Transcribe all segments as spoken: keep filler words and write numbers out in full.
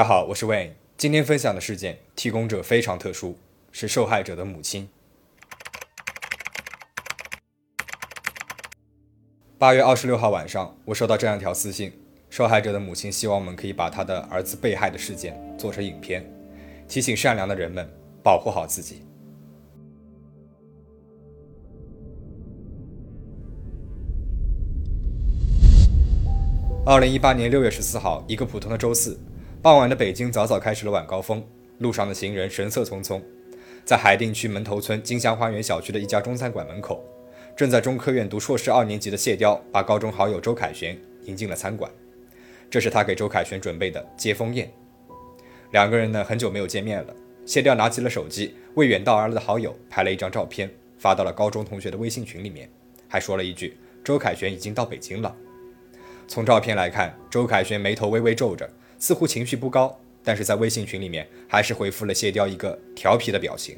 大家好，我是 Wayne。今天分享的事件提供者非常特殊，是受害者的母亲。八月二十六号晚上，我收到这样一条私信，受害者的母亲希望我们可以把她的儿子被害的事件做成影片，提醒善良的人们保护好自己。二零一八年六月十四号，一个普通的周四，傍晚的北京早早开始了晚高峰，路上的行人神色匆匆。在海淀区门头村金香花园小区的一家中餐馆门口，正在中科院读硕士二年级的谢雕把高中好友周凯旋迎进了餐馆。这是他给周凯旋准备的接风宴。两个人呢很久没有见面了，谢雕拿起了手机，为远道而来的好友拍了一张照片，发到了高中同学的微信群里面，还说了一句周凯旋已经到北京了。从照片来看，周凯旋眉头微微皱着，似乎情绪不高，但是在微信群里面还是回复了谢雕一个调皮的表情。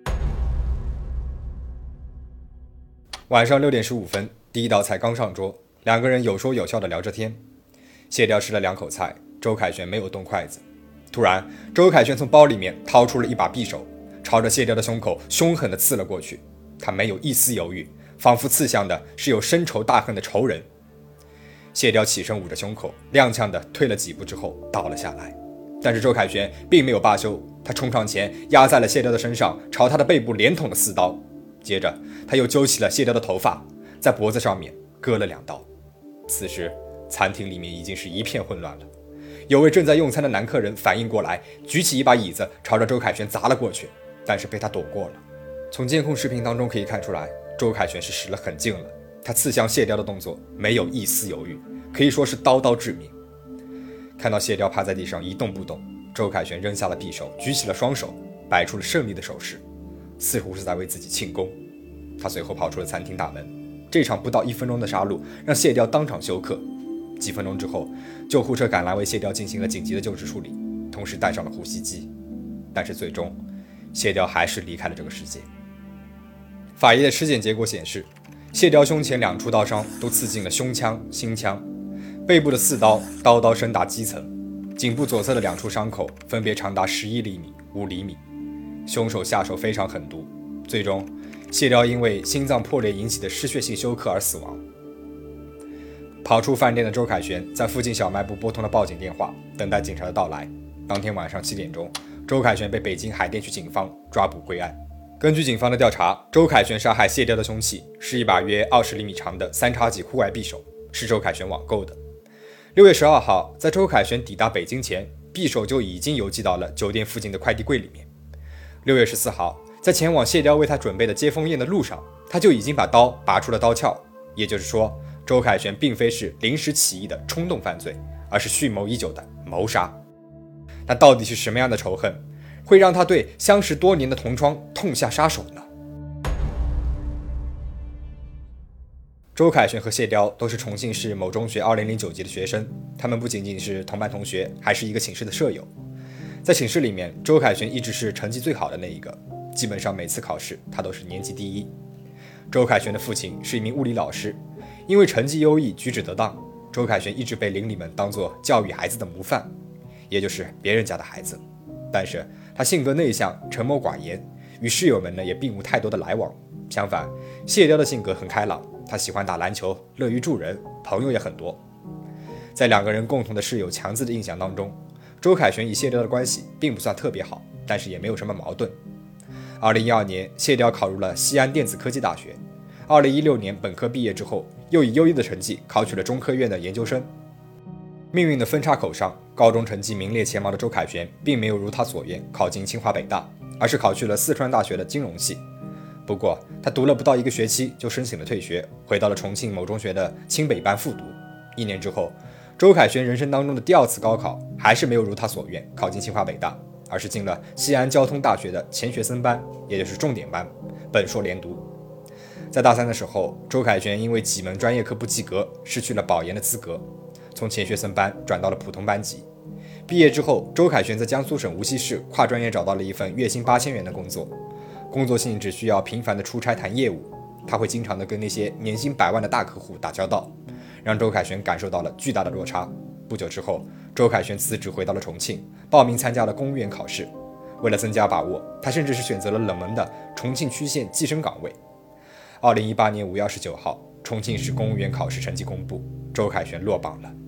晚上六点十五分，第一道菜刚上桌，两个人有说有笑的聊着天。谢雕吃了两口菜，周凯旋没有动筷子。突然，周凯旋从包里面掏出了一把匕首，朝着谢雕的胸口凶狠地刺了过去。他没有一丝犹豫，仿佛刺向的是有深仇大恨的仇人。谢雕起身捂着胸口，踉跄地退了几步之后倒了下来。但是周凯旋并没有罢休，他冲上前压在了谢雕的身上，朝他的背部连捅了四刀。接着他又揪起了谢雕的头发，在脖子上面割了两刀。此时餐厅里面已经是一片混乱了。有位正在用餐的男客人反应过来，举起一把椅子朝着周凯旋砸了过去，但是被他躲过了。从监控视频当中可以看出来，周凯旋是使了狠劲了，他刺向谢雕的动作没有一丝犹豫，可以说是刀刀致命。看到谢雕趴在地上一动不动，周凯旋扔下了匕首，举起了双手，摆出了胜利的手势，似乎是在为自己庆功。他随后跑出了餐厅大门。这场不到一分钟的杀戮让谢雕当场休克。几分钟之后，救护车赶来为谢雕进行了紧急的救治处理，同时带上了呼吸机。但是最终，谢雕还是离开了这个世界。法医的尸检结果显示，谢雕胸前两处刀伤都刺进了胸腔、心腔，背部的四刀，刀刀深达肌层，颈部左侧的两处伤口分别长达十一厘米、五厘米。凶手下手非常狠毒，最终谢雕因为心脏破裂引起的失血性休克而死亡。跑出饭店的周凯旋在附近小卖部拨通了报警电话，等待警察的到来。当天晚上七点钟，周凯旋被北京海淀区警方抓捕归案。根据警方的调查，周凯旋杀害谢雕的凶器是一把约二十厘米长的三叉戟户外匕首，是周凯旋网购的。六月十二号，在周凯旋抵达北京前，匕首就已经邮寄到了酒店附近的快递柜里面。六月十四号，在前往谢雕为他准备的接风宴的路上，他就已经把刀拔出了刀鞘。也就是说，周凯旋并非是临时起意的冲动犯罪，而是蓄谋已久的谋杀。那到底是什么样的仇恨，会让他对相识多年的同窗痛下杀手呢？周凯旋和谢雕都是重庆市某中学二零零九级的学生，他们不仅仅是同班同学，还是一个寝室的舍友。在寝室里面，周凯旋一直是成绩最好的那一个，基本上每次考试他都是年级第一。周凯旋的父亲是一名物理老师，因为成绩优异、举止得当，周凯旋一直被邻里们当作教育孩子的模范，也就是别人家的孩子。但是他性格内向、沉默寡言，与室友们呢也并无太多的来往。相反，谢雕的性格很开朗，他喜欢打篮球，乐于助人，朋友也很多。在两个人共同的室友强子的印象当中，周凯旋与谢雕的关系并不算特别好，但是也没有什么矛盾。二零一二年，谢雕考入了西安电子科技大学。二零一六年本科毕业之后，又以优异的成绩考取了中科院的研究生。命运的分叉口上，高中成绩名列前茅的周凯旋并没有如他所愿考进清华北大，而是考去了四川大学的金融系。不过他读了不到一个学期就申请了退学，回到了重庆某中学的清北班复读。一年之后，周凯旋人生当中的第二次高考还是没有如他所愿考进清华北大，而是进了西安交通大学的钱学森班，也就是重点班，本硕连读。在大三的时候，周凯旋因为几门专业课不及格，失去了保研的资格，从钱学森班转到了普通班级。毕业之后，周凯旋在江苏省无锡市跨专业找到了一份月薪八千元的工作，工作性质需要频繁的出差谈业务，他会经常的跟那些年薪百万的大客户打交道，让周凯旋感受到了巨大的落差。不久之后， 周凯旋辞职回到了重庆，报名参加了公务员考试。为了增加把握，他甚至是选择了冷门的重庆区县计生岗位。二零一八年五月二十九号，重庆市公务员考试成绩公布，周凯旋落榜了。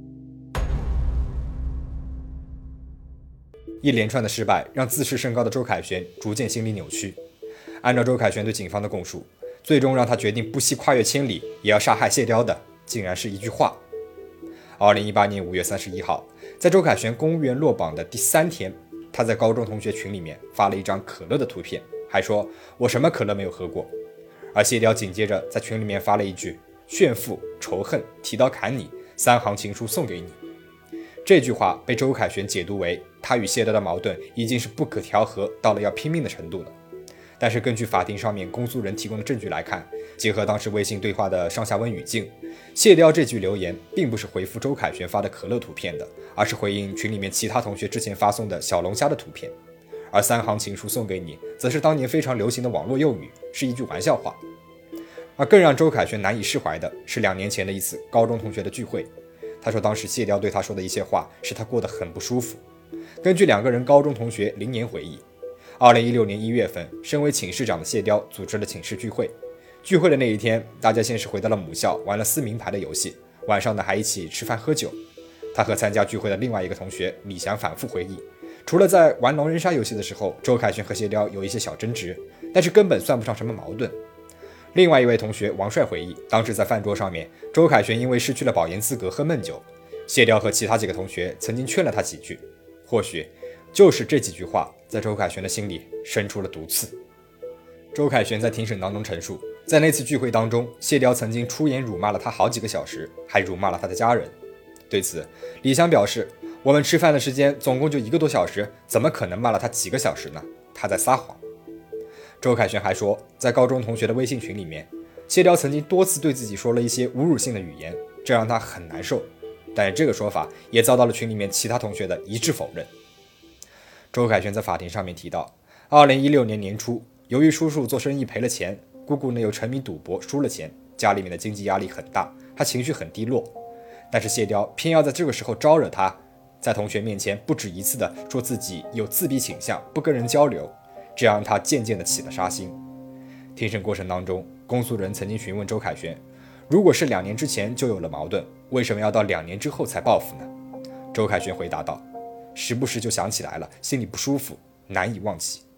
一连串的失败让自视甚高的周凯旋逐渐心理扭曲。按照周凯旋对警方的供述，最终让他决定不惜跨越千里也要杀害谢雕的，竟然是一句话。二零一八年五月三十一号，在周凯旋公务员落榜的第三天，他在高中同学群里面发了一张可乐的图片，还说我什么可乐没有喝过。而谢雕紧接着在群里面发了一句炫富、仇恨、提刀砍你，三行情书送给你。这句话被周凯旋解读为他与谢雕的矛盾已经是不可调和到了要拼命的程度了。但是根据法庭上面公诉人提供的证据来看，结合当时微信对话的上下文语境，谢雕这句留言并不是回复周凯旋发的可乐图片的，而是回应群里面其他同学之前发送的小龙虾的图片。而三行情书送给你则是当年非常流行的网络用语，是一句玩笑话。而更让周凯旋难以释怀的是两年前的一次高中同学的聚会，他说当时谢雕对他说的一些话使他过得很不舒服。根据两个人高中同学林年回忆，二零一六年一月份，身为寝室长的谢雕组织了寝室聚会。聚会的那一天，大家先是回到了母校，玩了撕名牌的游戏，晚上呢还一起吃饭喝酒。他和参加聚会的另外一个同学李翔反复回忆，除了在玩狼人杀游戏的时候，周凯旋和谢雕有一些小争执，但是根本算不上什么矛盾。另外一位同学王帅回忆，当时在饭桌上面，周凯旋因为失去了保研资格喝闷酒，谢雕和其他几个同学曾经劝了他几句，或许就是这几句话在周凯旋的心里生出了毒刺。周凯旋在庭审当中陈述，在那次聚会当中，谢雕曾经出言辱骂了他好几个小时，还辱骂了他的家人。对此，李翔表示，我们吃饭的时间总共就一个多小时，怎么可能骂了他几个小时呢？他在撒谎。周凯旋还说，在高中同学的微信群里面，谢雕曾经多次对自己说了一些侮辱性的语言，这让他很难受。但是这个说法也遭到了群里面其他同学的一致否认。周凯旋在法庭上面提到，二零一六年年初，由于叔叔做生意赔了钱，姑姑呢又沉迷赌博输了钱，家里面的经济压力很大，他情绪很低落。但是谢雕偏要在这个时候招惹他，在同学面前不止一次的说自己有自闭倾向，不跟人交流，这让他渐渐的起了杀心。庭审过程当中，公诉人曾经询问周凯旋，如果是两年之前就有了矛盾，为什么要到两年之后才报复呢？周凯旋回答道，时不时就想起来了，心里不舒服，难以忘记。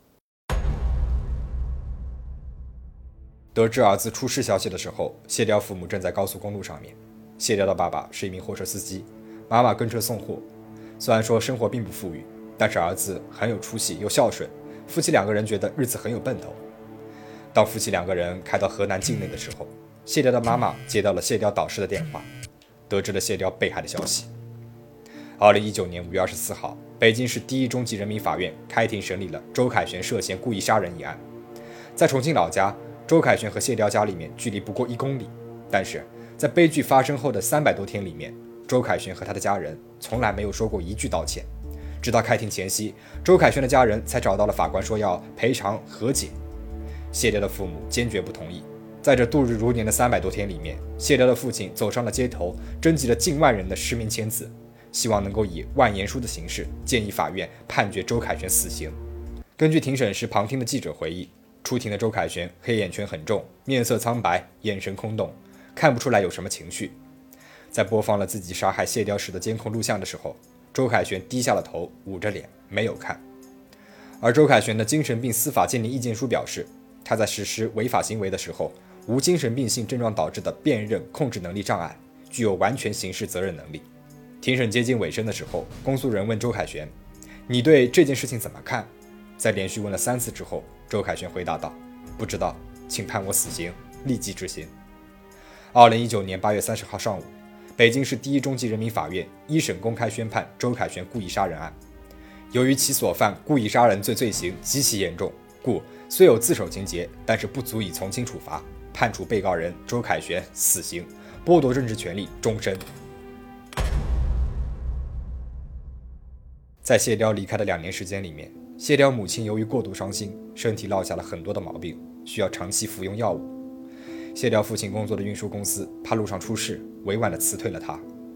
得知儿子出事消息的时候，谢雕父母正在高速公路上面。谢雕的爸爸是一名货车司机，妈妈跟车送货。虽然说生活并不富裕，但是儿子很有出息又孝顺，夫妻两个人觉得日子很有奔头。当夫妻两个人开到河南境内的时候，谢雕的妈妈接到了谢雕导师的电话，得知了谢雕被害的消息。二零一九年五月二十四号，北京市第一中级人民法院开庭审理了周凯旋涉嫌故意杀人一案。在重庆老家，周凯旋和谢雕家里面距离不过一公里，但是在悲剧发生后的三百多天里面，周凯旋和他的家人从来没有说过一句道歉。直到开庭前夕，周凯旋的家人才找到了法官说要赔偿和解。谢雕的父母坚决不同意。在这度日如年的三百多天里面，谢雕的父亲走上了街头，征集了近万人的实名签字，希望能够以万言书的形式建议法院判决周凯旋死刑。根据庭审时旁听的记者回忆，出庭的周凯旋黑眼圈很重，面色苍白，眼神空洞，看不出来有什么情绪。在播放了自己杀害谢雕时的监控录像的时候，周凯旋低下了头，捂着脸没有看。而周凯旋的精神病司法鉴定意见书表示，他在实施违法行为的时候无精神病性症状导致的辨认控制能力障碍，具有完全刑事责任能力。庭审接近尾声的时候，公诉人问周凯旋，你对这件事情怎么看？在连续问了三次之后，周凯旋回答道，不知道，请判我死刑，立即执行。二零一九年八月三十号上午，北京市第一中级人民法院一审公开宣判周凯旋故意杀人案。由于其所犯故意杀人罪罪行极其严重，故虽有自首情节，但是不足以从轻处罚，判处被告人周凯旋死刑，剥夺政治权利终身。在谢雕离开的两年时间里面，谢雕母亲由于过度伤心，身体落下了很多的毛病，需要长期服用药物。谢雕父亲工作的运输公司怕路上出事，委婉地辞退了他。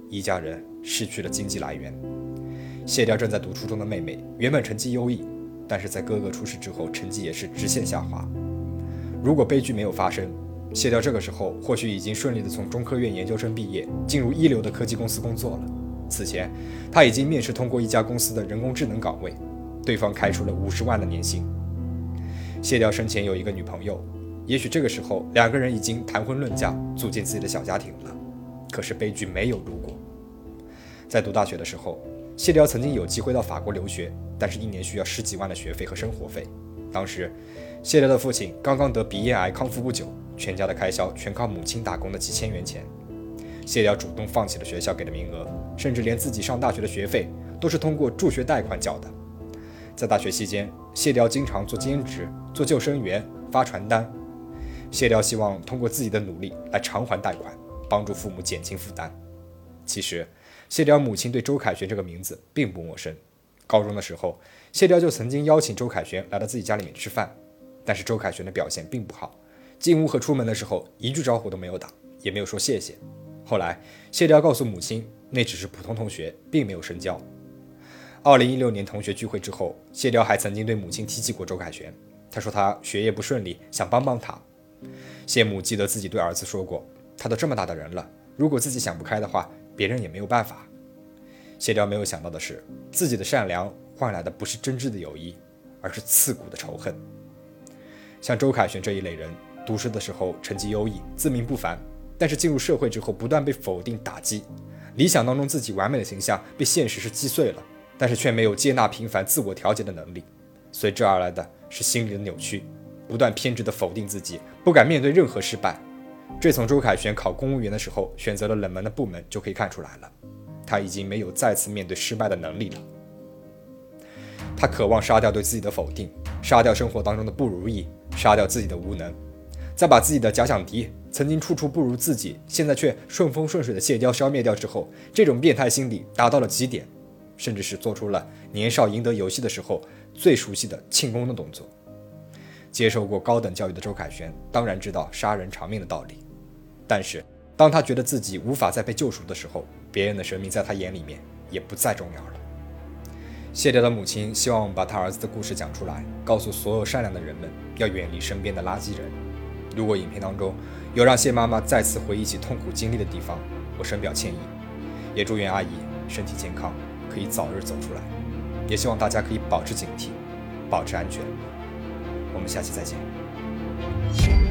一家人失去了经济来源。谢雕正在读初中的妹妹原本成绩优异，但是在哥哥出事之后，成绩也是直线下滑。如果悲剧没有发生，谢雕这个时候或许已经顺利地从中科院研究生毕业，进入一流的科技公司工作了。此前，他已经面试通过一家公司的人工智能岗位，对方开出了五十万的年薪。谢雕生前有一个女朋友，也许这个时候两个人已经谈婚论嫁，组建自己的小家庭了。可是悲剧没有如果。在读大学的时候，谢雕曾经有机会到法国留学，但是一年需要十几万的学费和生活费。当时，谢雕的父亲刚刚得鼻咽癌康复不久，全家的开销全靠母亲打工的几千元钱。谢雕主动放弃了学校给的名额，甚至连自己上大学的学费都是通过助学贷款缴的。在大学期间，谢雕经常做兼职，做救生员，发传单。谢雕希望通过自己的努力来偿还贷款，帮助父母减轻负担。其实，谢雕母亲对周凯旋这个名字并不陌生。高中的时候，谢雕就曾经邀请周凯旋来到自己家里面吃饭，但是周凯旋的表现并不好，进屋和出门的时候一句招呼都没有打，也没有说谢谢。后来，谢雕告诉母亲，那只是普通同学，并没有深交。二零一六年同学聚会之后，谢雕还曾经对母亲提起过周凯旋，他说他学业不顺利，想帮帮他。谢母记得自己对儿子说过，他都这么大的人了，如果自己想不开的话，别人也没有办法。谢雕没有想到的是，自己的善良换来的不是真挚的友谊，而是刺骨的仇恨。像周凯旋这一类人，读书的时候成绩优异，自命不凡，但是进入社会之后不断被否定打击，理想当中自己完美的形象被现实是击碎了，但是却没有接纳平凡、自我调节的能力，随之而来的是心理的扭曲，不断偏执的否定自己，不敢面对任何失败。这从周凯旋考公务员的时候选择了冷门的部门就可以看出来了，他已经没有再次面对失败的能力了。他渴望杀掉对自己的否定，杀掉生活当中的不如意，杀掉自己的无能，再把自己的假想敌曾经处处不如自己，现在却顺风顺水的谢雕消灭掉之后，这种变态心理达到了极点，甚至是做出了年少赢得游戏的时候最熟悉的庆功的动作。接受过高等教育的周凯旋当然知道杀人偿命的道理，但是当他觉得自己无法再被救赎的时候，别人的生命在他眼里面也不再重要了。谢雕的母亲希望把他儿子的故事讲出来，告诉所有善良的人们要远离身边的垃圾人。如果影片当中有让谢妈妈再次回忆起痛苦经历的地方，我深表歉意，也祝愿阿姨身体健康，可以早日走出来，也希望大家可以保持警惕，保持安全。我们下期再见。